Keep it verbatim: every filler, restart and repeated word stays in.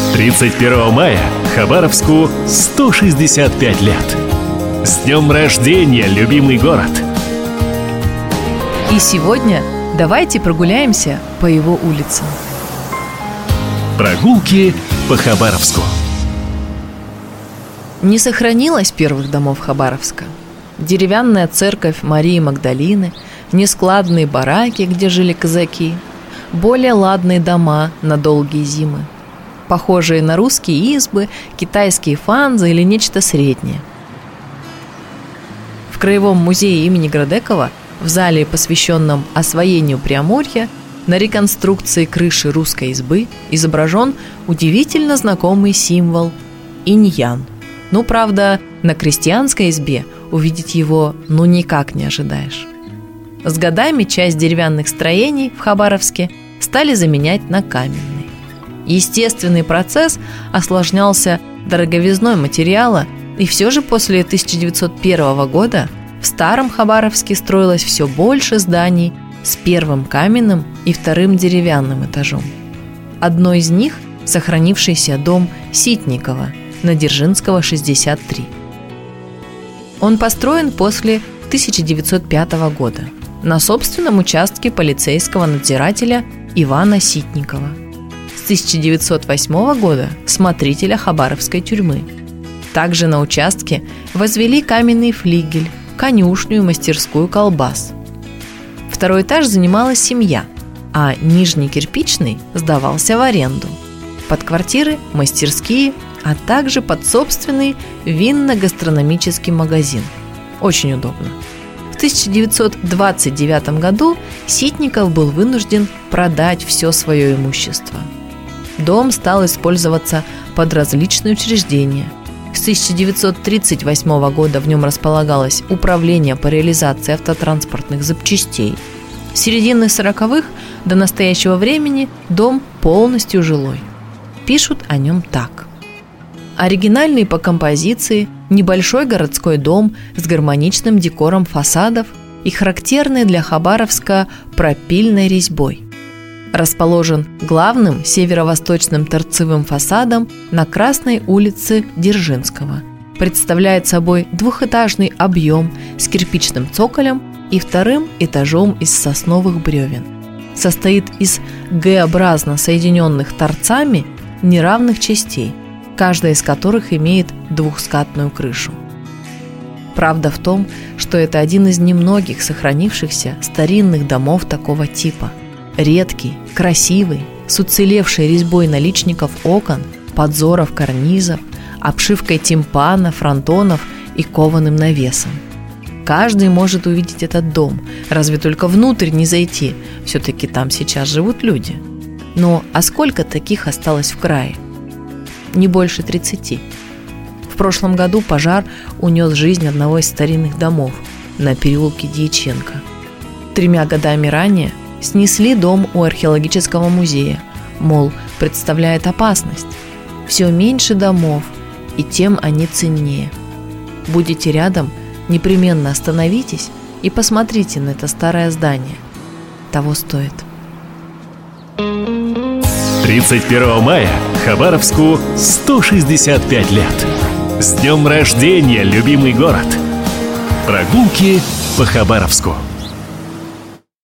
тридцать первого мая Хабаровску сто шестьдесят пять лет. С днем рождения, любимый город! И сегодня давайте прогуляемся по его улицам. Прогулки по Хабаровску. Не сохранилось первых домов Хабаровска. Деревянная церковь Марии Магдалины, нескладные бараки, где жили казаки, более ладные дома на долгие зимы, похожие на русские избы, китайские фанзы или нечто среднее. В Краевом музее имени Градекова, в зале, посвященном освоению Преамурья, на реконструкции крыши русской избы изображен удивительно знакомый символ – инь-ян. Ну, правда, на крестьянской избе увидеть его ну никак не ожидаешь. С годами часть деревянных строений в Хабаровске стали заменять на каменные. Естественный процесс осложнялся дороговизной материала, и все же после тысяча девятьсот первого года в старом Хабаровске строилось все больше зданий с первым каменным и вторым деревянным этажом. Одно из них – сохранившийся дом Ситникова на Дзержинского, шестьдесят три. Он построен после тысяча девятьсот пятого года на собственном участке полицейского надзирателя Ивана Ситникова, с тысяча девятьсот восьмого года смотрителя Хабаровской тюрьмы. Также на участке возвели каменный флигель, конюшню и мастерскую колбас. Второй этаж занимала семья, а нижний кирпичный сдавался в аренду. Под квартиры, мастерские, а также под собственный винно-гастрономический магазин. Очень удобно. В тысяча девятьсот двадцать девятом году Ситников был вынужден продать все свое имущество. Дом стал использоваться под различные учреждения. С тысяча девятьсот тридцать восьмого года в нем располагалось управление по реализации автотранспортных запчастей. С середины сороковых до настоящего времени дом полностью жилой. Пишут о нем так. Оригинальный по композиции, небольшой городской дом с гармоничным декором фасадов и характерной для Хабаровска пропильной резьбой. Расположен главным северо-восточным торцевым фасадом на Красной улице Дзержинского. Представляет собой двухэтажный объем с кирпичным цоколем и вторым этажом из сосновых бревен. Состоит из Г-образно соединенных торцами неравных частей, каждая из которых имеет двухскатную крышу. Правда в том, что это один из немногих сохранившихся старинных домов такого типа. Редкий, красивый, с уцелевшей резьбой наличников окон, подзоров карнизов, обшивкой тимпана, фронтонов и кованым навесом. Каждый может увидеть этот дом, разве только внутрь не зайти, все-таки там сейчас живут люди. Но а сколько таких осталось в крае? Не больше тридцати. В прошлом году пожар унес жизнь одного из старинных домов на переулке Дьяченко. Тремя годами ранее снесли дом у археологического музея, мол, представляет опасность. Все меньше домов, и тем они ценнее. Будете рядом, непременно остановитесь и посмотрите на это старое здание. Того стоит. тридцать первого мая Хабаровску сто шестьдесят пять лет. С днем рождения, любимый город! Прогулки по Хабаровску.